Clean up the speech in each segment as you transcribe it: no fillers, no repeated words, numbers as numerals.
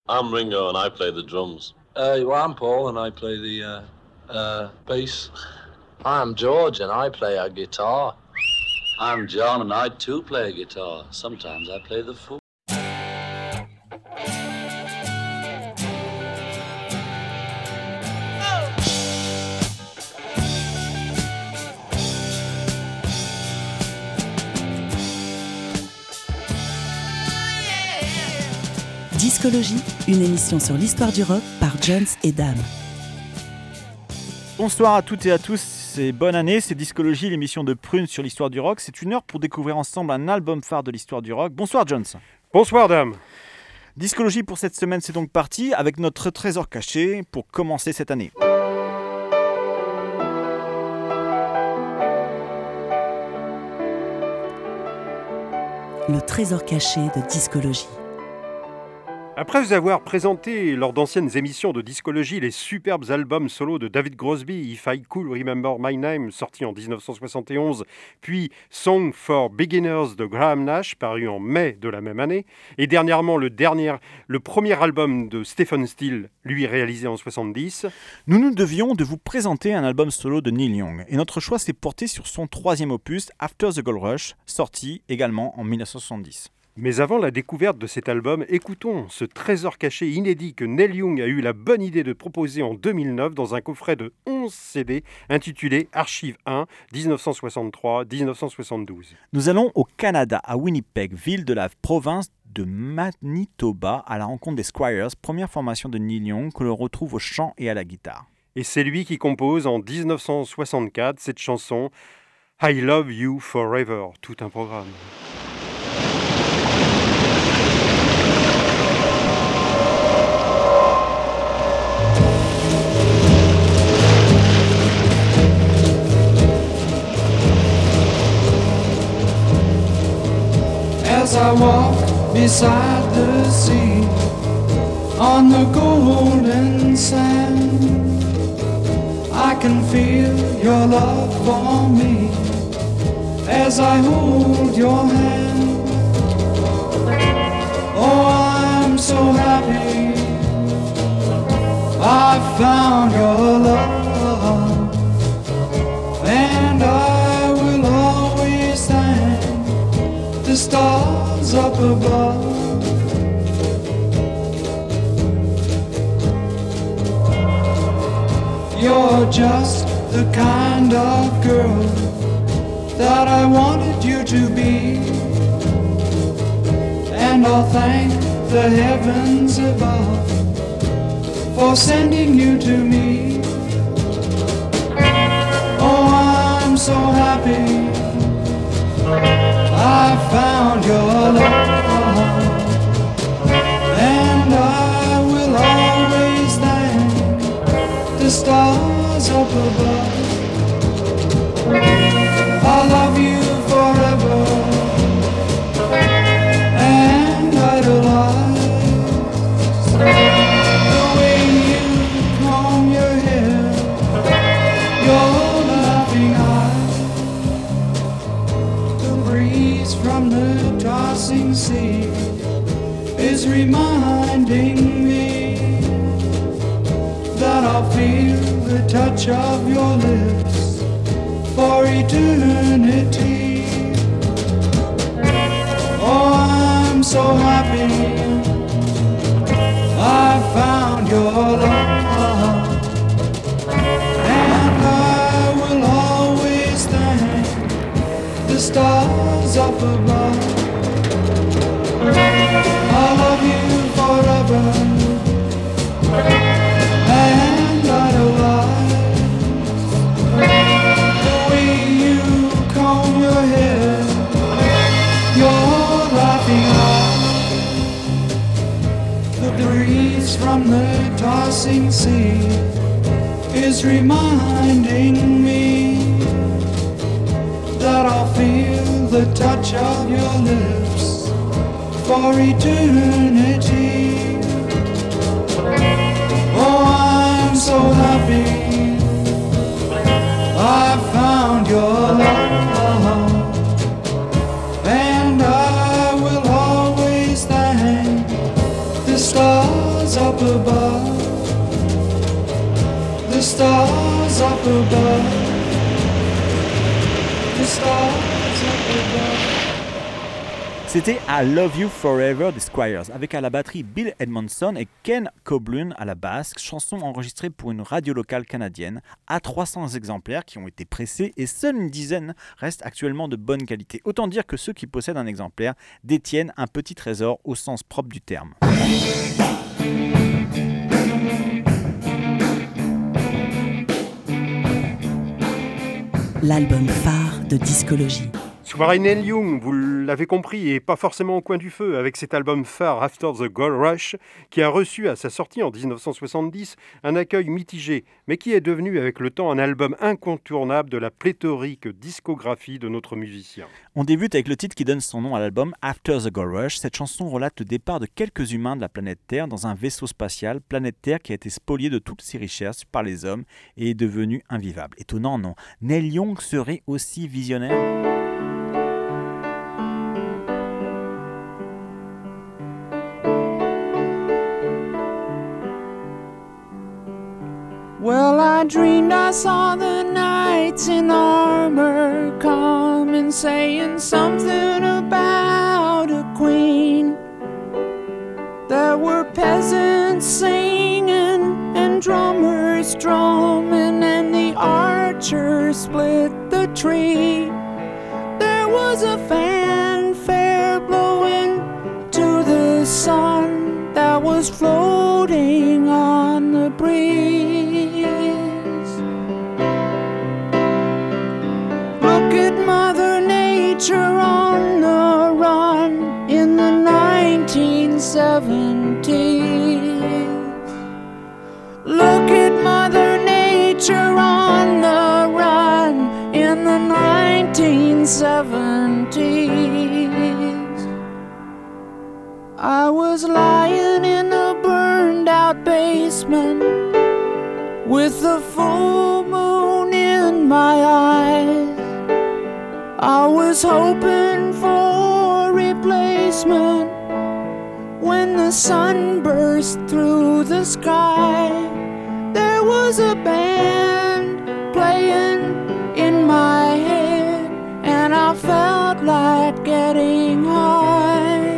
I'm Ringo and I play the drums. Well, I'm Paul and I play the bass. I'm George and I play a guitar. I'm John and I too play a guitar. Sometimes I play the fool. Discologie, une émission sur l'histoire du rock par Jones et Dame. Bonsoir à toutes et à tous et bonne année, c'est Discologie, l'émission de Prune sur l'histoire du rock. C'est une heure pour découvrir ensemble un album phare de l'histoire du rock. Bonsoir Jones. Bonsoir Dame. Discologie pour cette semaine, c'est donc parti avec notre trésor caché pour commencer cette année. Le trésor caché de Discologie. Après vous avoir présenté lors d'anciennes émissions de Discologie les superbes albums solo de David Crosby, If I Could Remember My Name, sorti en 1971, puis Song for Beginners de Graham Nash, paru en mai de la même année, et dernièrement le premier album de Stephen Stills, lui réalisé en 70. Nous devions de vous présenter un album solo de Neil Young, et notre choix s'est porté sur son troisième opus, After the Gold Rush, sorti également en 1970. Mais avant la découverte de cet album, écoutons ce trésor caché inédit que Neil Young a eu la bonne idée de proposer en 2009 dans un coffret de 11 CD intitulé Archive 1 1963-1972. Nous allons au Canada, à Winnipeg, ville de la province de Manitoba, à la rencontre des Squires, première formation de Neil Young que l'on retrouve au chant et à la guitare. Et c'est lui qui compose en 1964 cette chanson I Love You Forever, tout un programme. As I walk beside the sea on the golden sand, I can feel your love for me as I hold your hand. Oh, I'm so happy I found your love, and I will always thank the stars up above. You're just the kind of girl that I wanted you to be, and I'll thank the heavens above for sending you to me. Oh, I'm so happy I found your love, and I will always thank the stars up above. I love you forever and idolize the way you comb your hair, your laughing eyes, the breeze from the tossing sea is reminding me that I'll feel the touch of your lips for eternity. Oh, I'm so happy I found your love, and I will always thank the stars up above. I love you forever and idolize the way you comb your hair, your laughing eyes, the breeze from the tossing sea is reminding me that I'll feel the touch of your lips for eternity. Oh, I'm so happy I found your love, and I will always thank the stars stars up above, the stars up above, the stars up above. C'était I Love You Forever des Squires, avec à la batterie Bill Edmondson et Ken Coblun à la basse, chanson enregistrée pour une radio locale canadienne, à 300 exemplaires qui ont été pressés et seule une dizaine restent actuellement de bonne qualité. Autant dire que ceux qui possèdent un exemplaire détiennent un petit trésor au sens propre du terme. L'album phare de discologie. Soirée Neil Young, vous l'avez compris, et pas forcément au coin du feu, avec cet album phare After the Gold Rush, qui a reçu à sa sortie en 1970 un accueil mitigé, mais qui est devenu avec le temps un album incontournable de la pléthorique discographie de notre musicien. On débute avec le titre qui donne son nom à l'album After the Gold Rush. Cette chanson relate le départ de quelques humains de la planète Terre dans un vaisseau spatial, planète Terre qui a été spoliée de toutes ses richesses par les hommes et est devenue invivable. Étonnant, non? Neil Young serait aussi visionnaire? Well, I dreamed I saw the knights in armor coming, saying something about a queen. There were peasants singing and drummers drumming, and the archers split the tree. There was a fanfare blowing to the sun that was floating on the breeze. Look at Mother Nature on the run in the 1970s. Look at Mother Nature on the run in the 1970s. I was lying in a burned out basement with the full moon in my eyes. I was hoping for replacement when the sun burst through the sky. There was a band playing in my head, and I felt like getting high.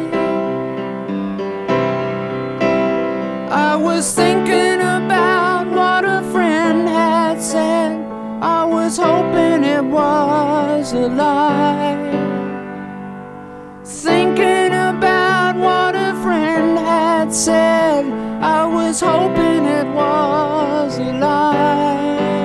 I was thinking about what a friend had said. I was hoping it was a lie. Thinking about what a friend had said. I was hoping it was a lie.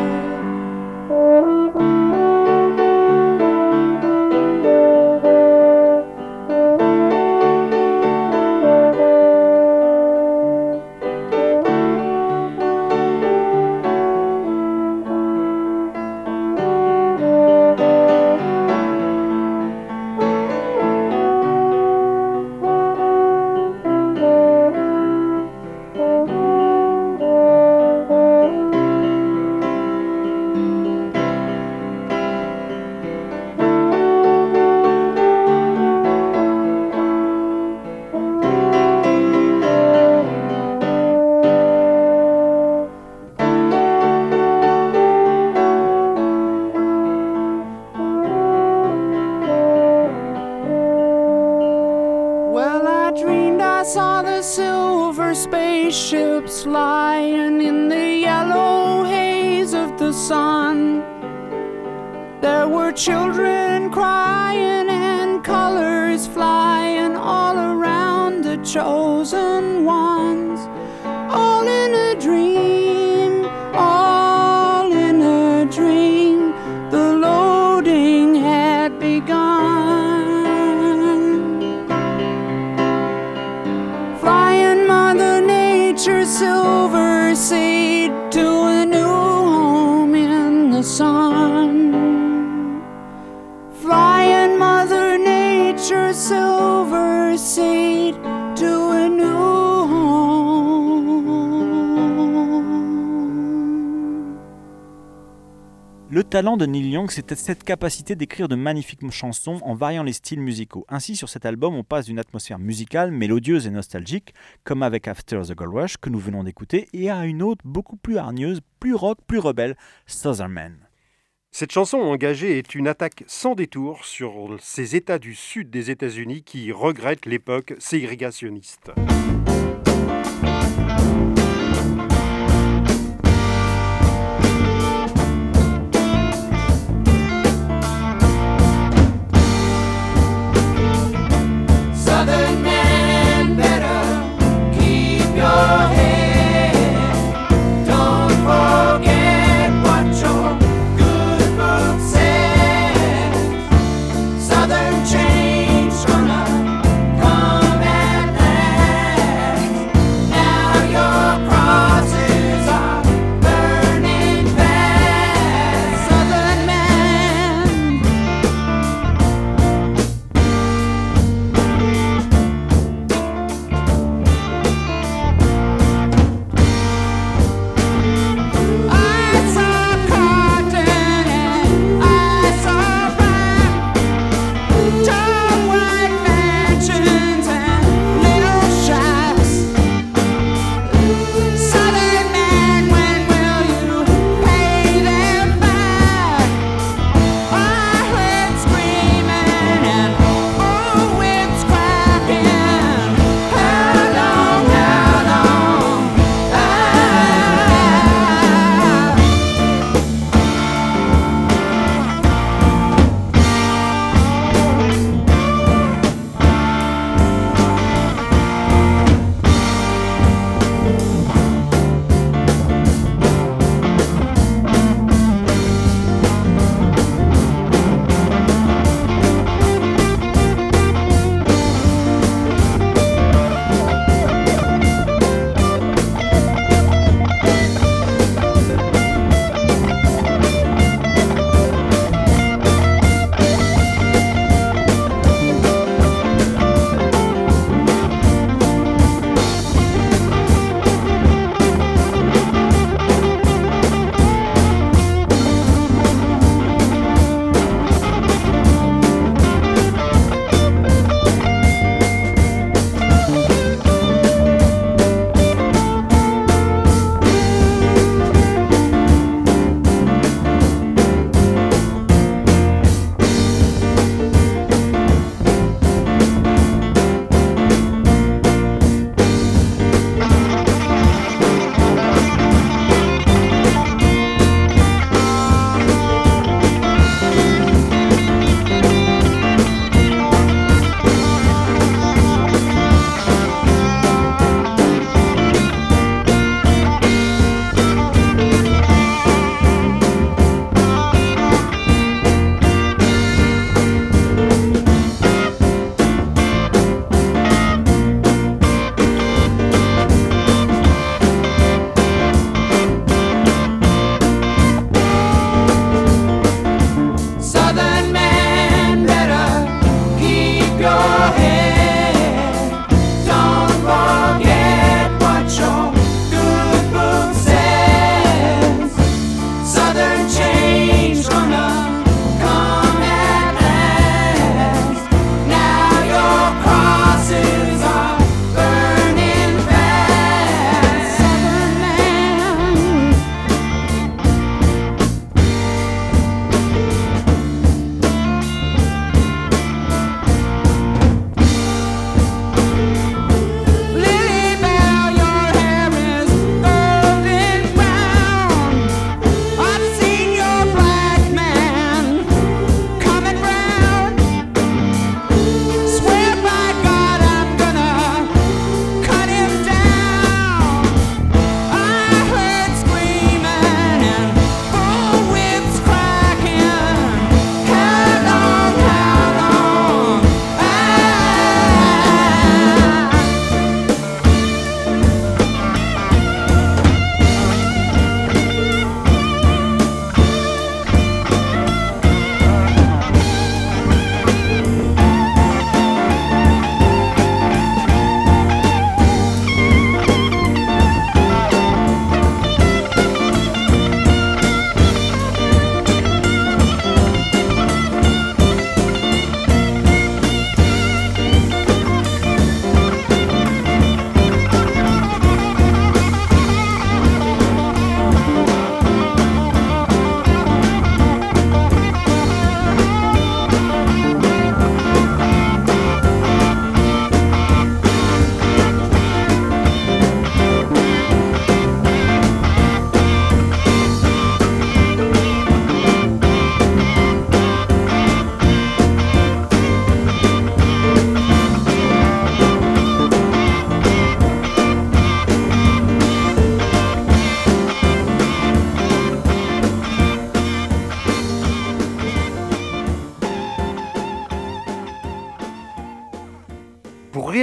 Spaceships lying in the yellow haze of the sun. There were children crying and colors flying all around the chosen ones. All in a dream, all in a dream. The loading had begun. Flying Mother Nature's silver seed to a new home in the sun. Flying Mother Nature's silver seed to a new home. Le talent de Neil Young, c'était cette capacité d'écrire de magnifiques chansons en variant les styles musicaux. Ainsi, sur cet album, on passe d'une atmosphère musicale, mélodieuse et nostalgique, comme avec After the Gold Rush, que nous venons d'écouter, et à une autre beaucoup plus hargneuse, plus rock, plus rebelle, Southern Man. Cette chanson engagée est une attaque sans détour sur ces États du sud des États-Unis qui regrettent l'époque ségrégationniste. Southern man, better keep your head. Don't forget what your good book says. Southern change gonna come at last.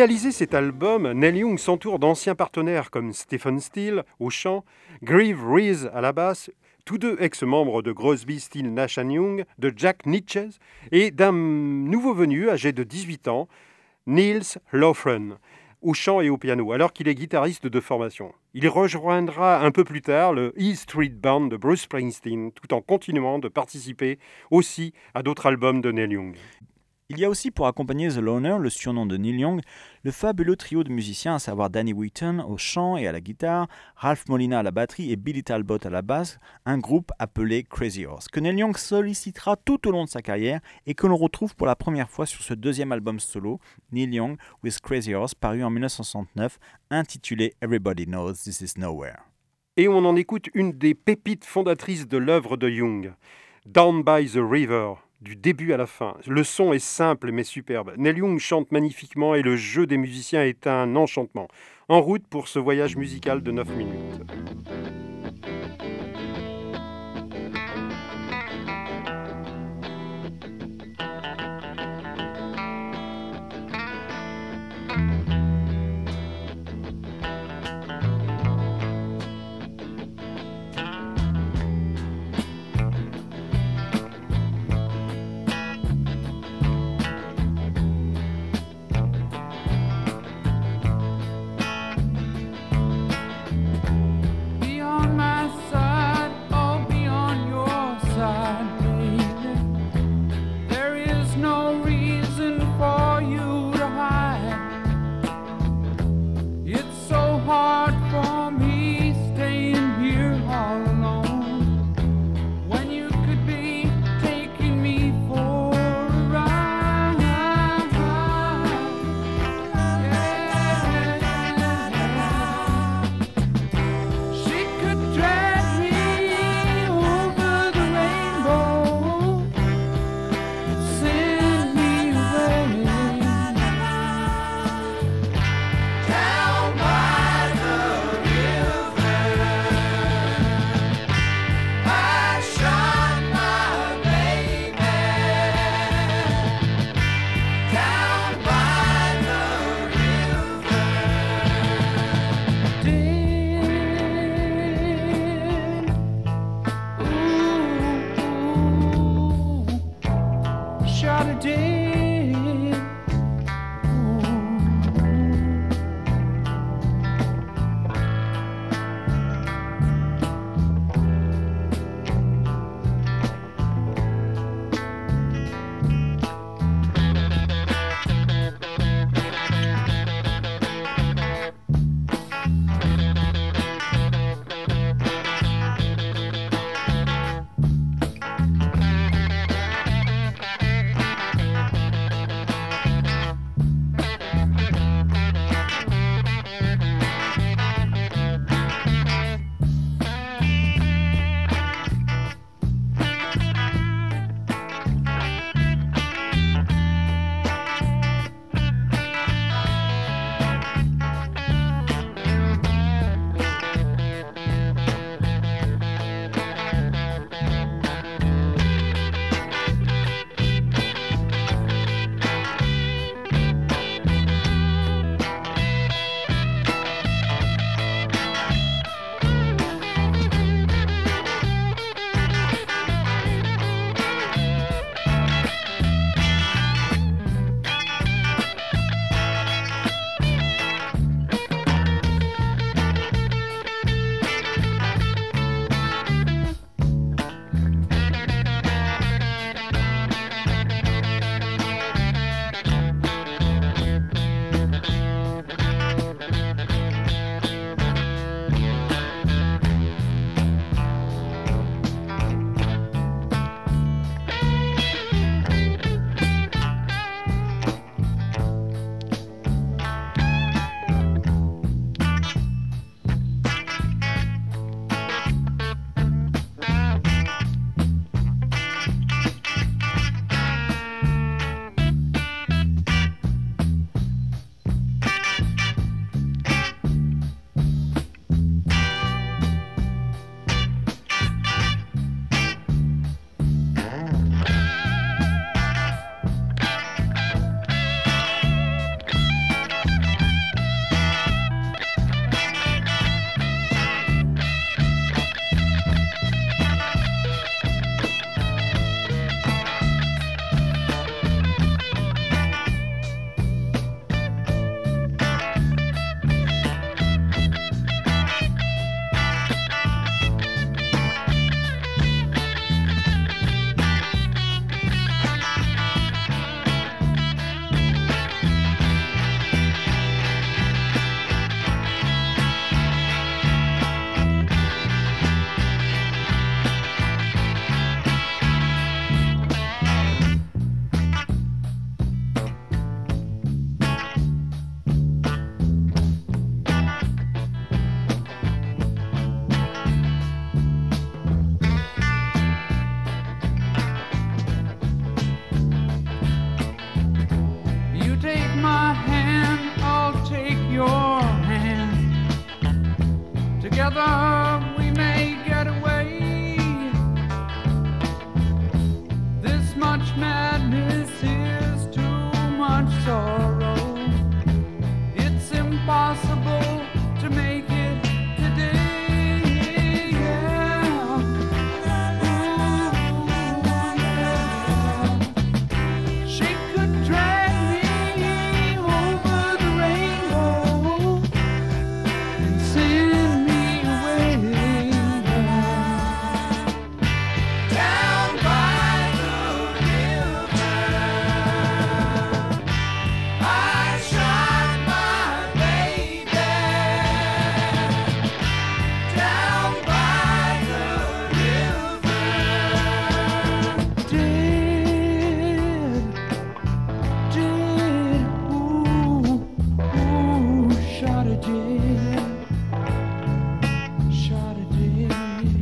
réaliser cet album, Neil Young s'entoure d'anciens partenaires comme Stephen Steele au chant, Grieve Reese à la basse, tous deux ex-membres de Crosby, Steele, Nash & Young, de Jack Nitzsche et d'un nouveau venu âgé de 18 ans, Nils Lofgren, au chant et au piano, alors qu'il est guitariste de formation. Il rejoindra un peu plus tard le E Street Band de Bruce Springsteen, tout en continuant de participer aussi à d'autres albums de Neil Young. Il y a aussi pour accompagner The Loner, le surnom de Neil Young, le fabuleux trio de musiciens, à savoir Danny Whitten au chant et à la guitare, Ralph Molina à la batterie et Billy Talbot à la basse, un groupe appelé Crazy Horse, que Neil Young sollicitera tout au long de sa carrière et que l'on retrouve pour la première fois sur ce deuxième album solo, Neil Young with Crazy Horse, paru en 1969, intitulé Everybody Knows This Is Nowhere. Et on en écoute une des pépites fondatrices de l'œuvre de Young, Down by the River. Du début à la fin. Le son est simple mais superbe. Neil Young chante magnifiquement et le jeu des musiciens est un enchantement. En route pour ce voyage musical de 9 minutes. Be together we may get away. This much madness is too much sorrow. It's impossible to make it today. Yeah. Ooh, yeah. She could drag me over the rainbow and send me away. Down by the river, I shot my baby. Down by the river, dead, ooh, shot a dead, shot a dead.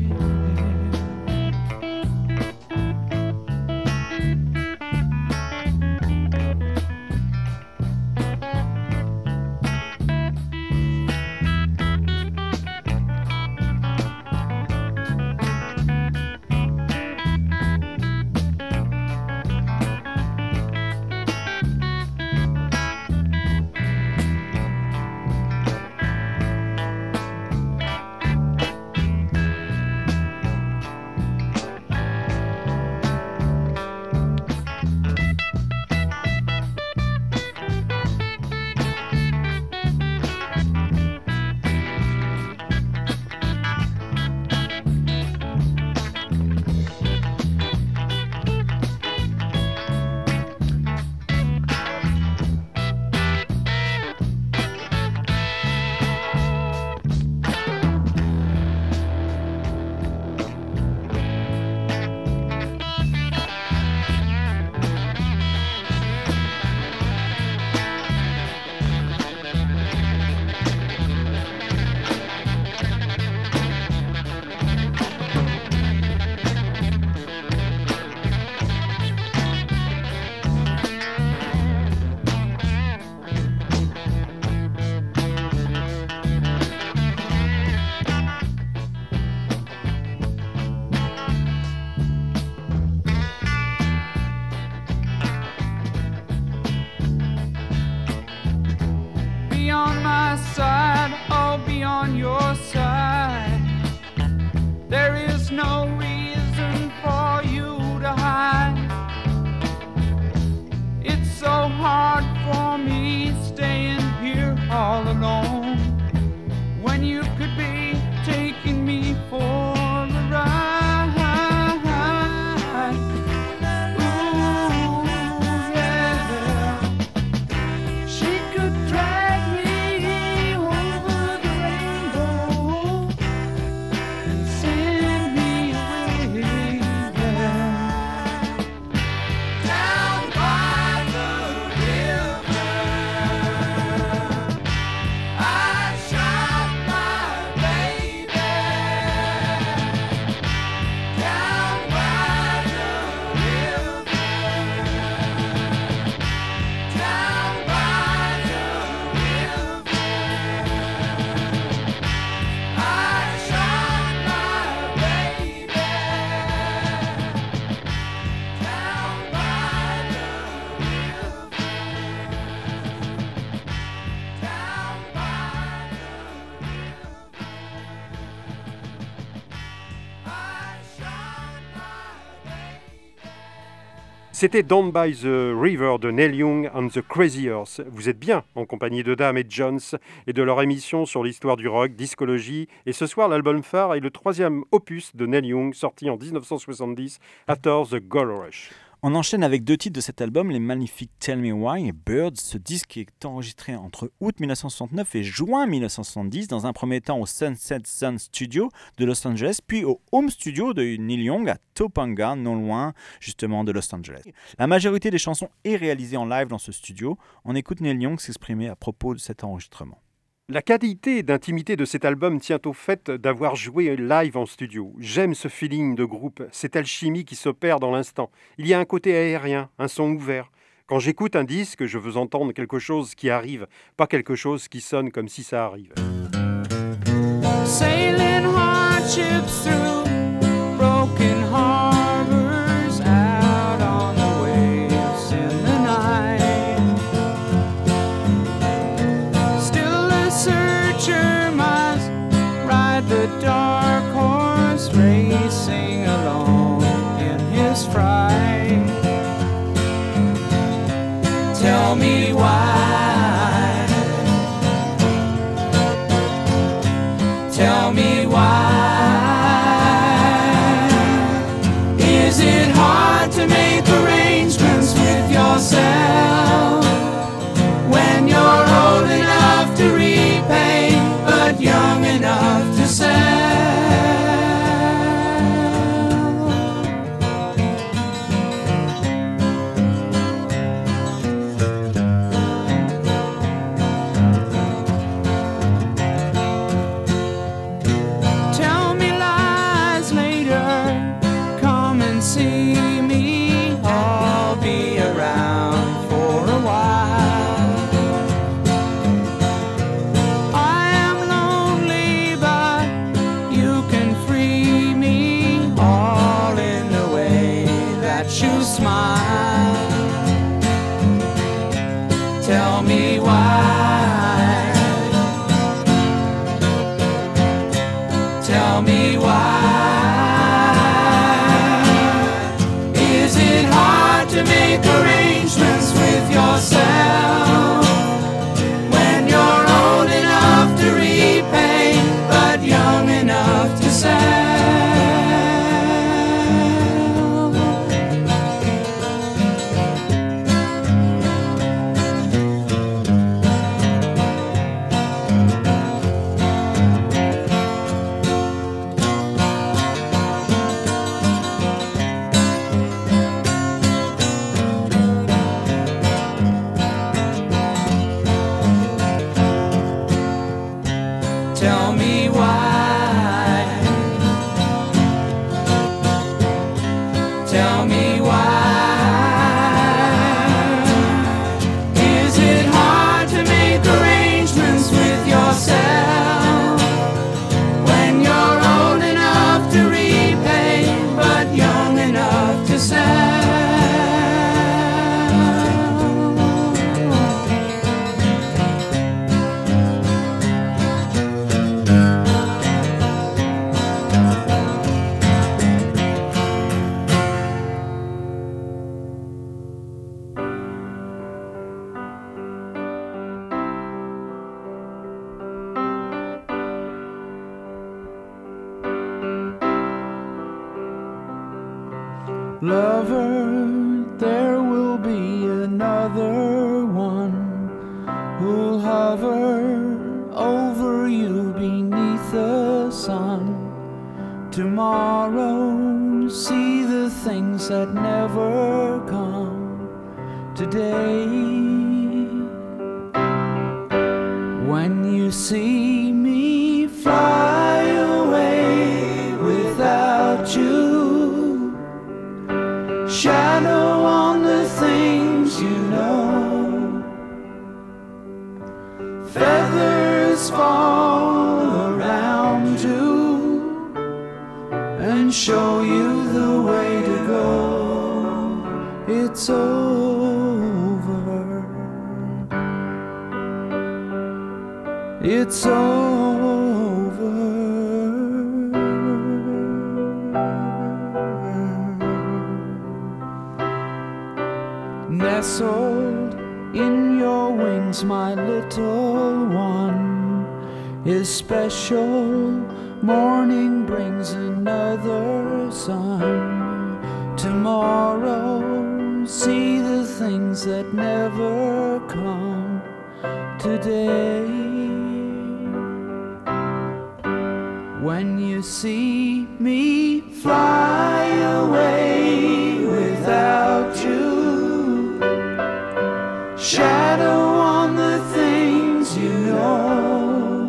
Be on my side, I'll be on your side. There is no reason for you to hide. It's so hard for me staying here all alone when you could be taking me for a ride. Ooh, yeah. She could drag me over the rainbow and send me away. Yeah. Down by the river, I shot my baby. Down by the river, down by the river, I shot my baby. Down by the river, down by the river, I shot my baby. C'était Down by the River de Neil Young and the Crazy Horse. Vous êtes bien en compagnie de Dame et Jones et de leur émission sur l'histoire du rock, discologie. Et ce soir, l'album phare est le troisième opus de Neil Young, sorti en 1970, After the Gold Rush. On enchaîne avec deux titres de cet album, les magnifiques Tell Me Why et Birds. Ce disque est enregistré entre août 1969 et juin 1970, dans un premier temps au Sunset Sun Studio de Los Angeles, puis au Home Studio de Neil Young à Topanga, non loin justement de Los Angeles. La majorité des chansons est réalisée en live dans ce studio. On écoute Neil Young s'exprimer à propos de cet enregistrement. La qualité et d'intimité de cet album tient au fait d'avoir joué live en studio. J'aime ce feeling de groupe, cette alchimie qui s'opère dans l'instant. Il y a un côté aérien, un son ouvert. Quand j'écoute un disque, je veux entendre quelque chose qui arrive, pas quelque chose qui sonne comme si ça arrive. Sailing ships through broken harbors out on the waves in the night. Still the searcher must ride the dark horse, racing alone in his fright. Tell me why. Tell me why. Is it hard to make arrangements with yourself when you're old enough to repay but young enough to sell? Tell me lies later, come and see me, I'll be around for a while. I am lonely, but you can free me, all in the way that you smile. Tell me why. Tell me why. Is it hard to make arrangements with yourself when you're old enough to repay but young enough to sell? Tell me why. Tell me why. Is it hard to make arrangements with yourself when you're old enough to repay but young enough to sell? Lover, there will be another one who'll hover over you beneath the sun. Tomorrow, see the things that never come today. When you see me fly away without you, shadow on the things you know, feathers fall around you and show you the way to go. It's over. It's nestled in your wings, my little one is special. Morning brings another sun. Tomorrow, see the things that never come today. When you see me fly away without you, shadow on the things you know,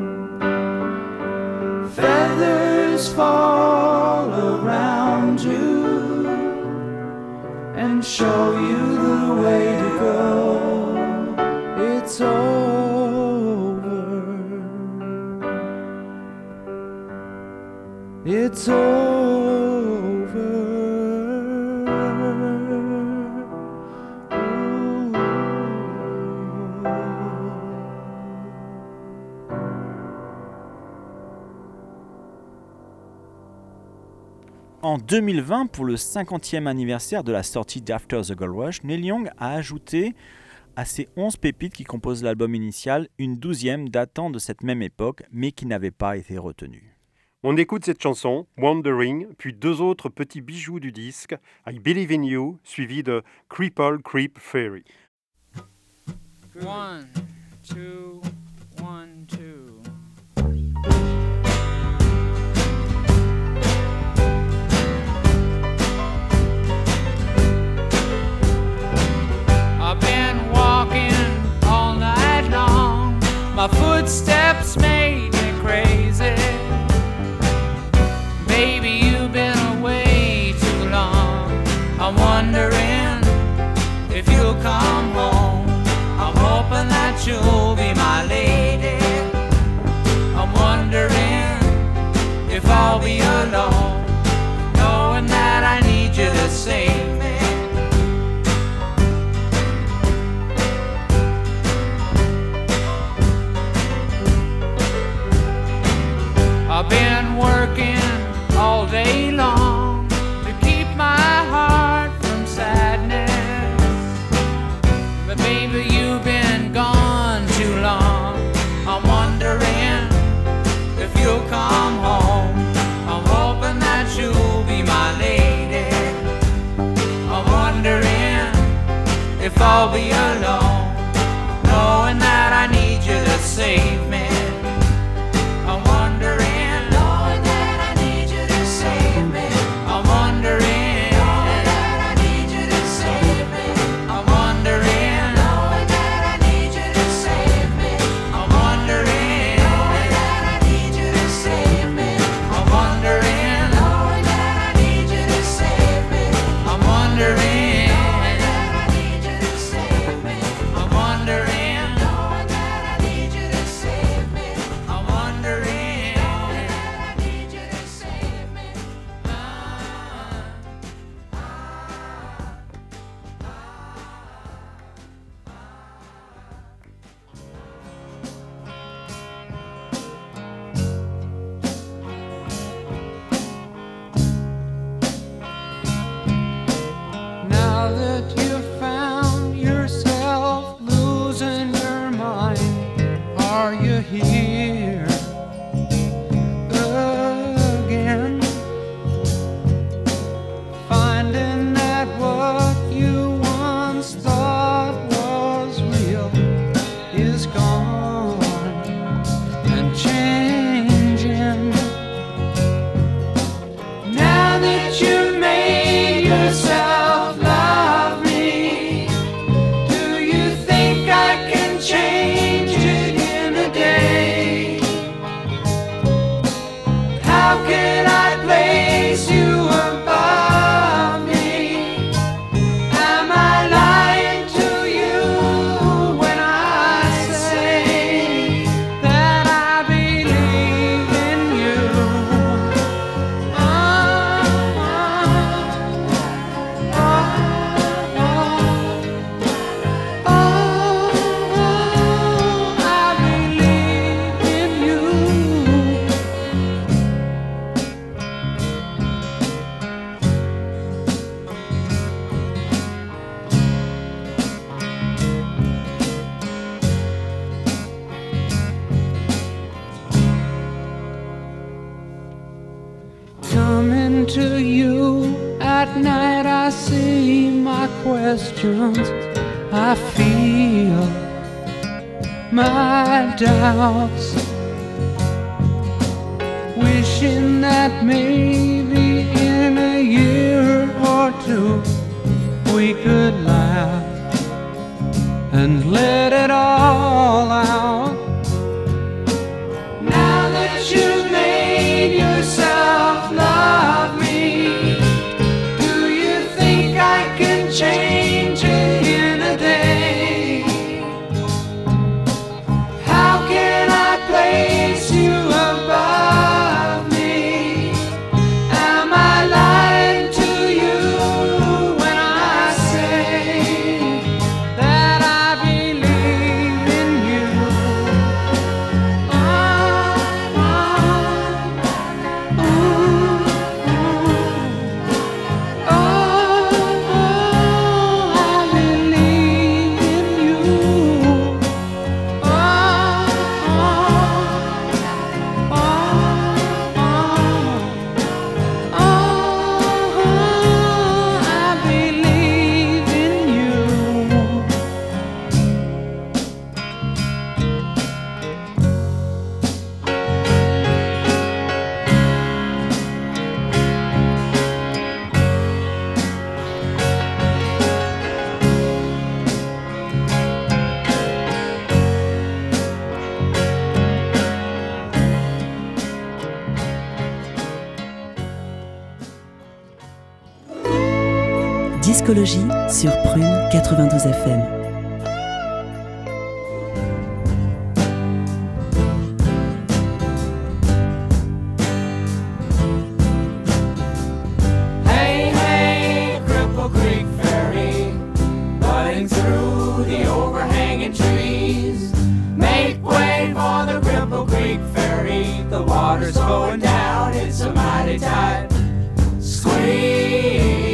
feathers fall around you and show you the way to go. It's over. it's over. En 2020, pour le 50e anniversaire de la sortie d'After the Gold Rush, Neil Young a ajouté à ces 11 pépites qui composent l'album initial, une 12e datant de cette même époque, mais qui n'avait pas été retenue. On écoute cette chanson, Wandering, puis deux autres petits bijoux du disque, I Believe in You, suivi de Cripple Creep Fairy. 1, 2, 1, 2. I've been walking all night long. My footsteps made me crazy. Baby, you've been away too long. I'm wondering if you'll come home. I'm hoping that you'll be my lady. I'm wondering if I'll be alone, knowing that I need you to save me. I've been working all day long to keep my heart from sadness. But baby, you've been gone too long. I'm wondering if you'll come home. I'm hoping that you'll be my lady. I'm wondering if I'll be alone, knowing that I need you to save me. I'm wondering. To you at night, I see my questions, I feel my doubts, wishing that maybe in a year or two we could laugh and let it all out. Now that you've made yourself love me, do you think I can change it in a day? How can I place you above me? Discologie sur Prune 92 FM. Hey, hey, Cripple Creek Ferry, butting through the overhanging trees. Make way for the Cripple Creek Ferry. The water's going down, it's a mighty tight squeeze.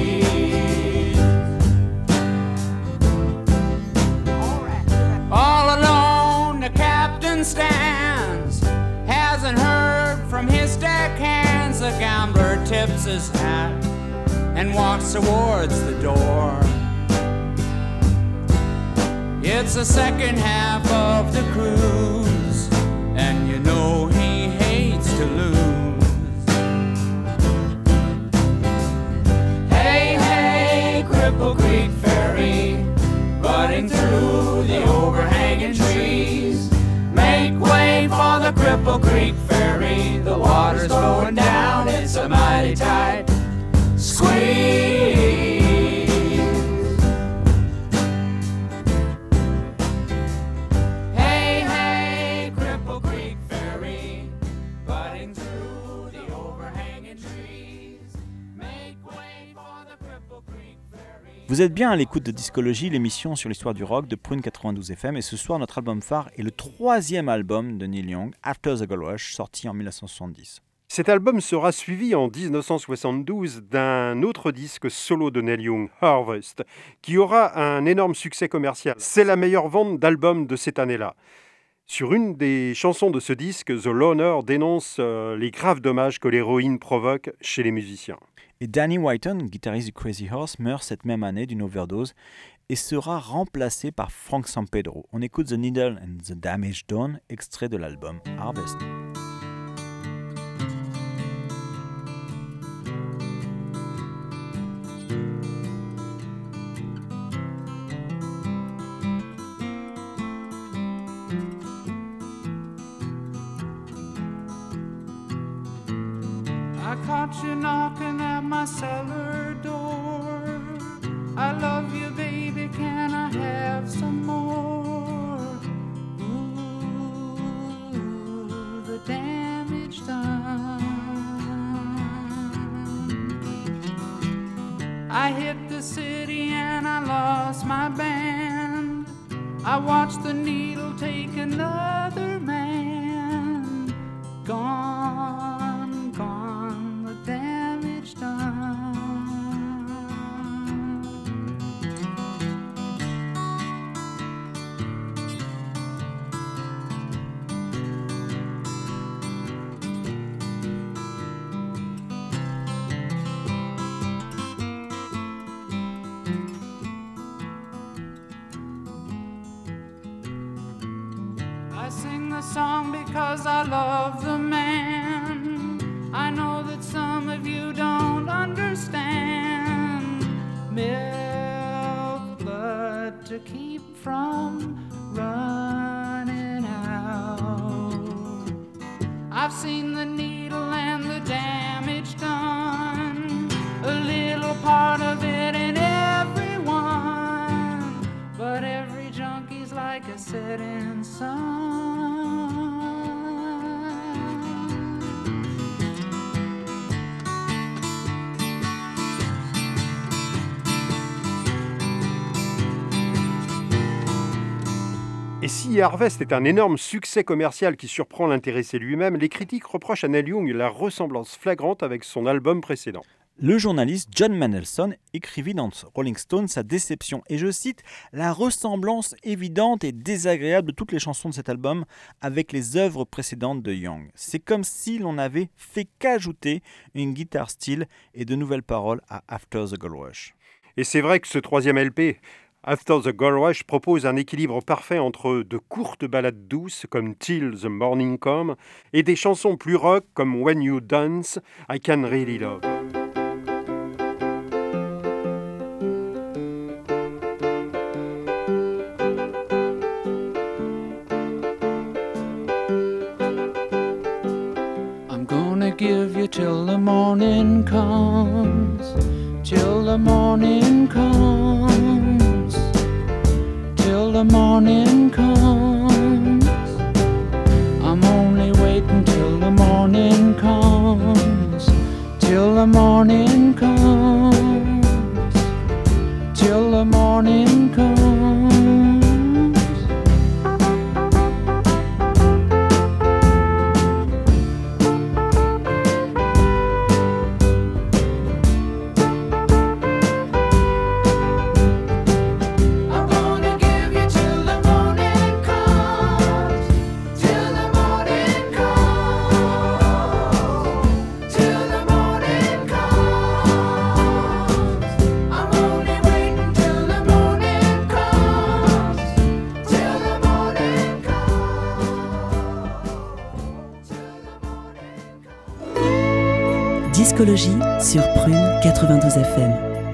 All alone, the captain stands, hasn't heard from his deckhands. The gambler tips his hat and walks towards the door. It's the second half of the cruise, and you know he hates to lose. Hey, hey, Cripple Creek Ferry, butting through the overhanging trees. Make way for the Cripple Creek Ferry. The water's going down, it's a mighty tight squeeze. Hey, hey, Cripple Creek Ferry, butting through the overhanging trees. Make way for the Cripple Creek Ferry. Vous êtes bien à l'écoute de Discologie, l'émission sur l'histoire du rock de Prune 92 FM, et ce soir notre album phare est le troisième album de Neil Young, After the Gold Rush, sorti en 1970. Cet album sera suivi en 1972 d'un autre disque solo de Neil Young, Harvest, qui aura un énorme succès commercial. C'est la meilleure vente d'album de cette année-là. Sur une des chansons de ce disque, The Loner dénonce les graves dommages que l'héroïne provoque chez les musiciens. Et Danny Whiten, guitariste du Crazy Horse, meurt cette même année d'une overdose et sera remplacé par Frank Sampedro. On écoute The Needle and the Damage Done, extrait de l'album Harvest. I caught you knocking at my cellar door. I love you, baby, can I have some more? Ooh, the damage done. I hit the city and I lost my band. I watched the needle take another man. Gone, gone, the damage done. I sing the song because I love the man. I know that some of you don't understand. Milk blood to keep from running out. I've seen the needle and the damage done. A little part of it in everyone, but every junkie's like a setting sun. Et si Harvest est un énorme succès commercial qui surprend l'intéressé lui-même, les critiques reprochent à Neil Young la ressemblance flagrante avec son album précédent. Le journaliste John Mendelsohn écrivit dans Rolling Stone sa déception, et je cite « La ressemblance évidente et désagréable de toutes les chansons de cet album avec les œuvres précédentes de Young. C'est comme si l'on avait fait qu'ajouter une guitare style et de nouvelles paroles à After the Gold Rush. » Et c'est vrai que ce troisième LP, After the Gold Rush, propose un équilibre parfait entre de courtes ballades douces comme Till the Morning Come et des chansons plus rock comme When You Dance, I Can Really Love. I'm gonna give you till the morning comes, till the morning comes, till the morning comes. I'm only waiting till the morning comes, till the morning comes, till the morning comes. Discologie sur Prune 92 FM.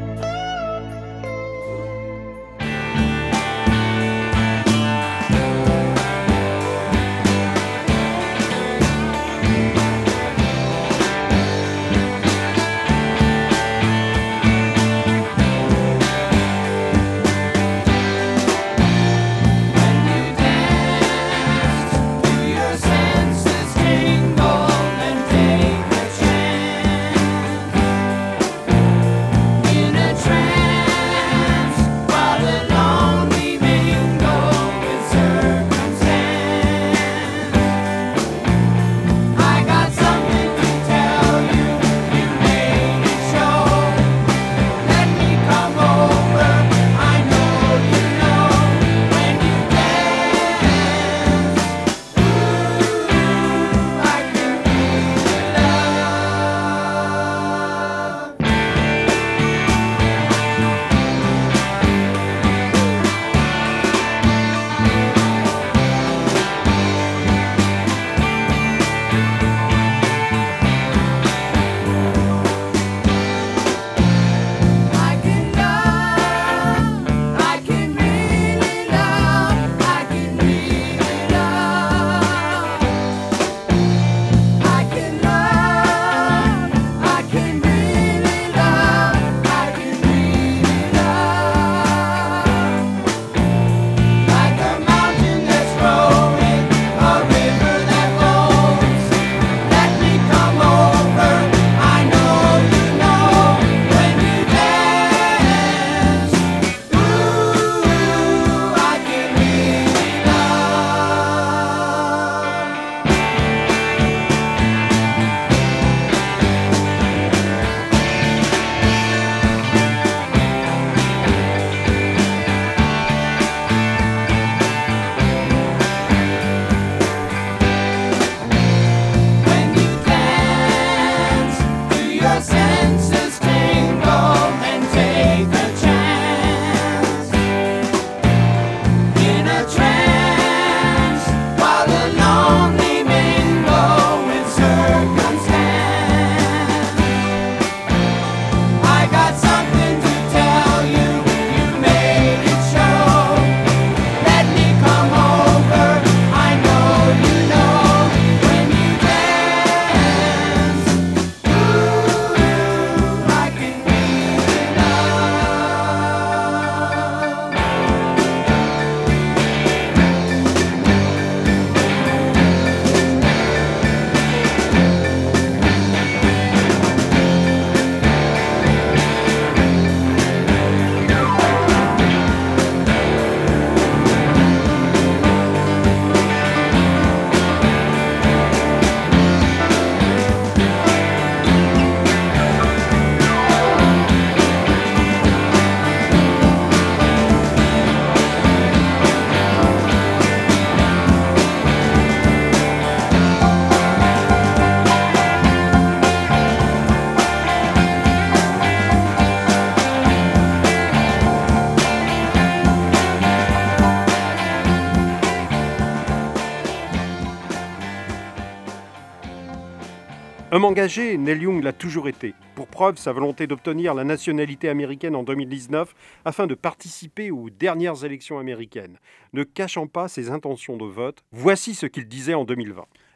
Homme engagé, Neil Young l'a toujours été. Pour preuve, sa volonté d'obtenir la nationalité américaine en 2019 afin de participer aux dernières élections américaines. Ne cachant pas ses intentions de vote, voici ce qu'il disait en 2020.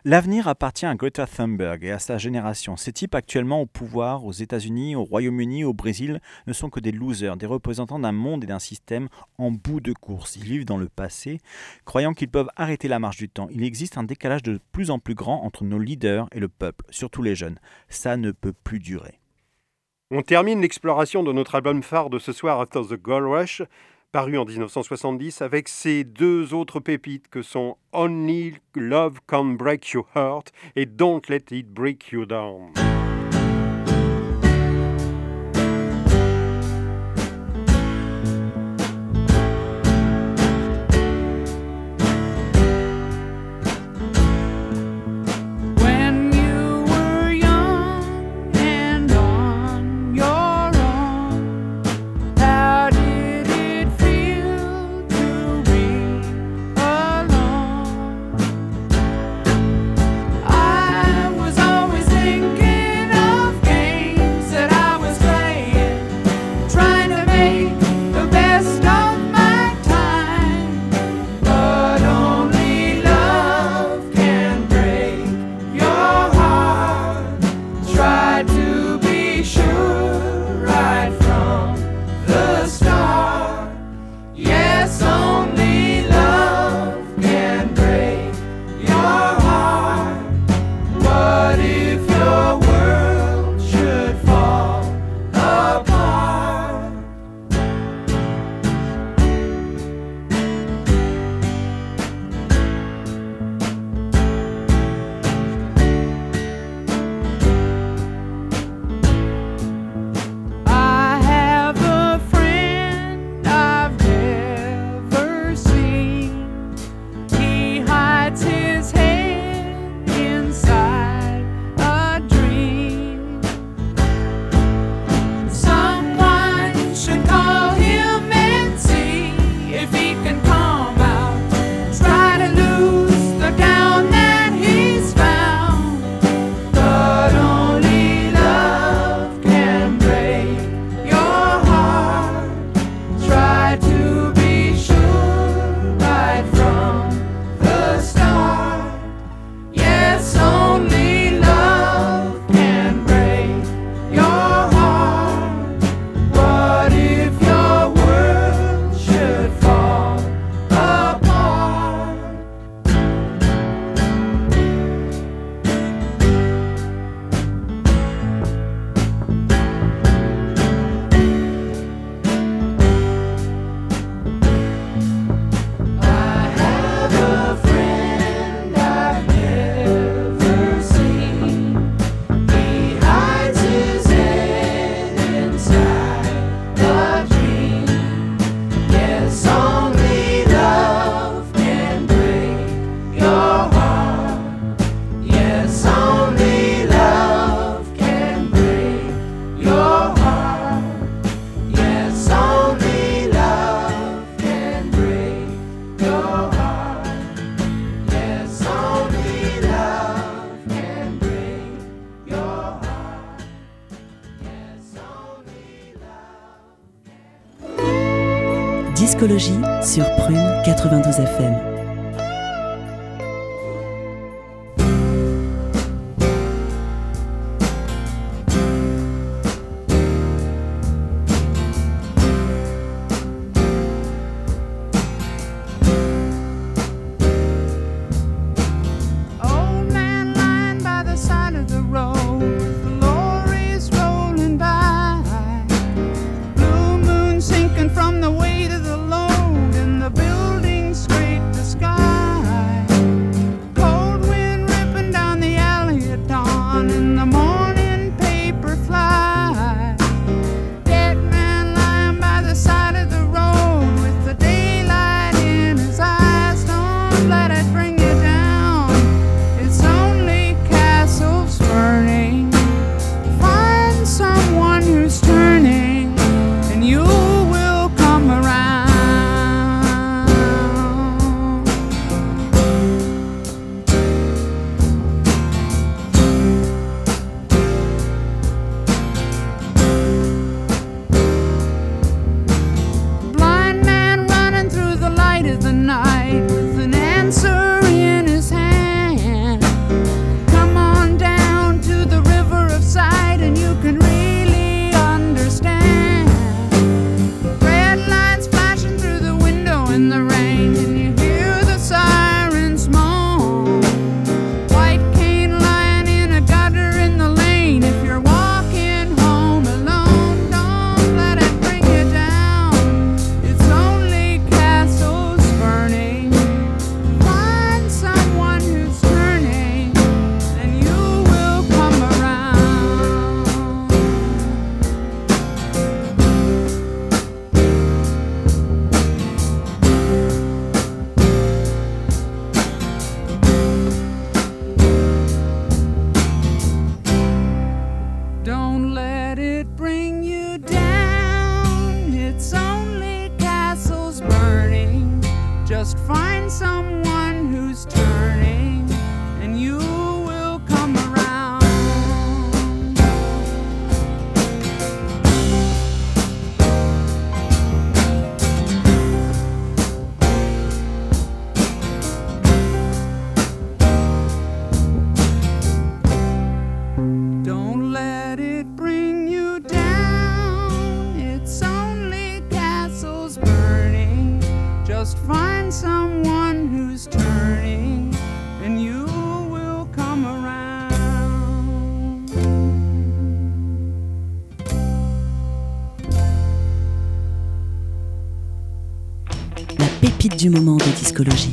L'avenir appartient à Greta Thunberg et à sa génération. Ces types actuellement au pouvoir aux États-Unis, au Royaume-Uni, au Brésil ne sont que des losers, des représentants d'un monde et d'un système en bout de course. Ils vivent dans le passé, croyant qu'ils peuvent arrêter la marche du temps. Il existe un décalage de plus en plus grand entre nos leaders et le peuple, surtout les jeunes. Ça ne peut plus durer. On termine l'exploration de notre album phare de ce soir, After the Gold Rush, paru en 1970, avec ces deux autres pépites que sont Only Love Can Break Your Heart et Don't Let It Break You Down. Discologie sur Prune 92 FM. From the weight of the load and the building's great disguise. Just find someone who's turning, and you will come around. Don't let it bring you down. It's only castles burning. Just find someone who's turning, and you will come around. La pépite du moment de discologie.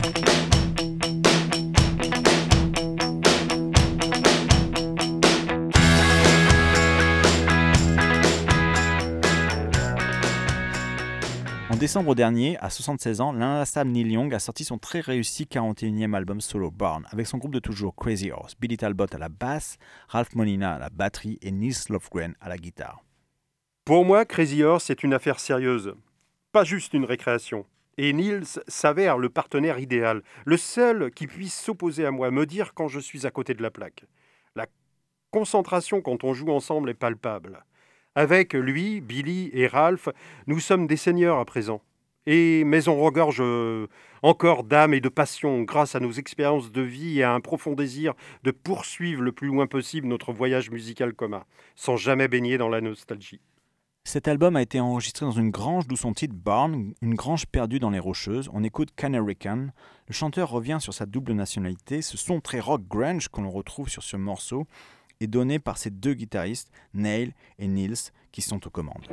En décembre dernier, à 76 ans, l'inlassable Neil Young a sorti son très réussi 41e album solo Born, avec son groupe de toujours Crazy Horse, Billy Talbot à la basse, Ralph Molina à la batterie et Nils Lofgren à la guitare. Pour moi, Crazy Horse est une affaire sérieuse, pas juste une récréation. Et Nils s'avère le partenaire idéal, le seul qui puisse s'opposer à moi, me dire quand je suis à côté de la plaque. La concentration quand on joue ensemble est palpable. Avec lui, Billy et Ralph, nous sommes des seigneurs à présent. Mais on regorge encore d'âme et de passion grâce à nos expériences de vie et à un profond désir de poursuivre le plus loin possible notre voyage musical commun, sans jamais baigner dans la nostalgie. Cet album a été enregistré dans une grange d'où son titre Barn, une grange perdue dans les Rocheuses. On écoute Canary Can. Le chanteur revient sur sa double nationalité. Ce son très rock grunge qu'on retrouve sur ce morceau est donné par ces deux guitaristes, Neil et Nils, qui sont aux commandes.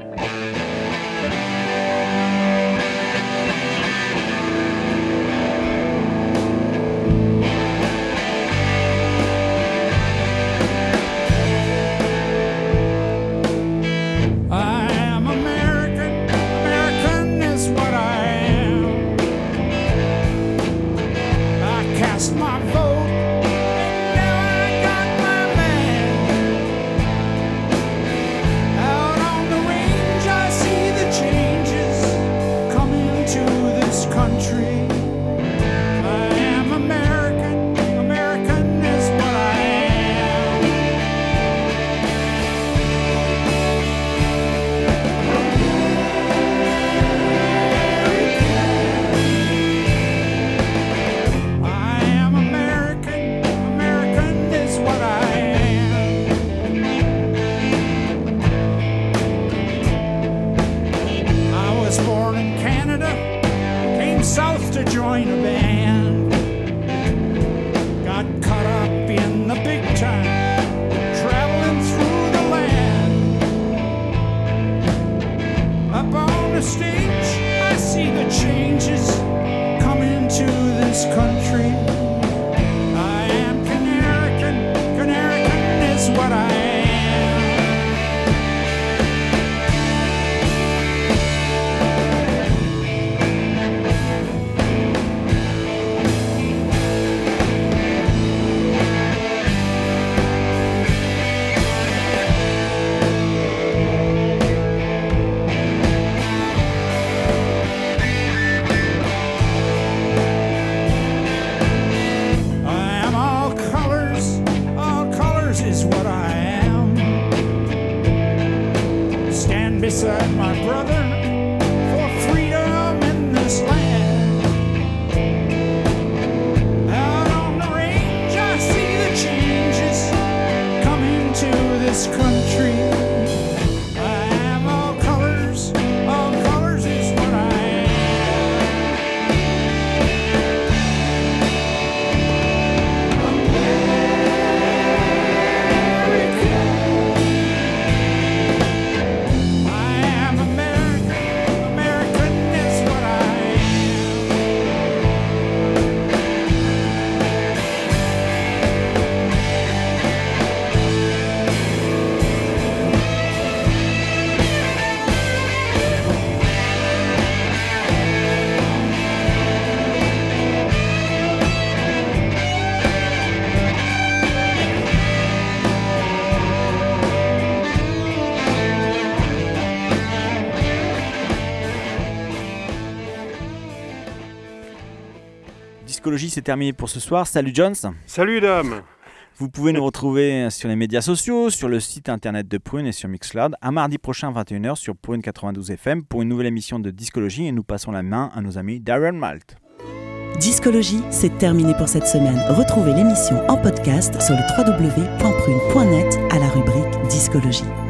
My vote, and now I got my man. Out on the range, I see the changes coming to this country. I am American, American is what I south to join a band. Got caught up in the big time, traveling through the land. Up on the stage, I see the changes coming to this country. I am Canarican, Canarican is what I am. Beside my brother for freedom in this land. Out on the range, I see the changes coming to this country. I am all colors is what I American. Discologie, c'est terminé pour ce soir. Salut Jones. Salut Dom. Vous pouvez nous retrouver sur les médias sociaux, sur le site internet de Prune et sur Mixcloud. À mardi prochain, 21h, sur Prune 92 FM pour une nouvelle émission de Discologie. Et nous passons la main à nos amis Darren Malt. Discologie, c'est terminé pour cette semaine. Retrouvez l'émission en podcast sur le www.prune.net à la rubrique Discologie.